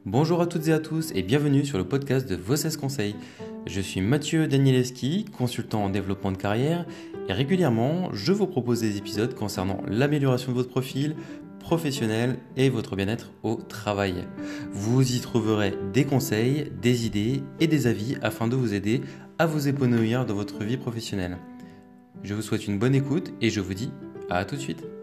Bonjour à toutes et à tous et bienvenue sur le podcast de vos 16 conseils. Je suis Mathieu Danielewski, consultant en développement de carrière et régulièrement je vous propose des épisodes concernant l'amélioration de votre profil professionnel et votre bien-être au travail. Vous y trouverez des conseils, des idées et des avis afin de vous aider à vous épanouir dans votre vie professionnelle. Je vous souhaite une bonne écoute et je vous dis à tout de suite.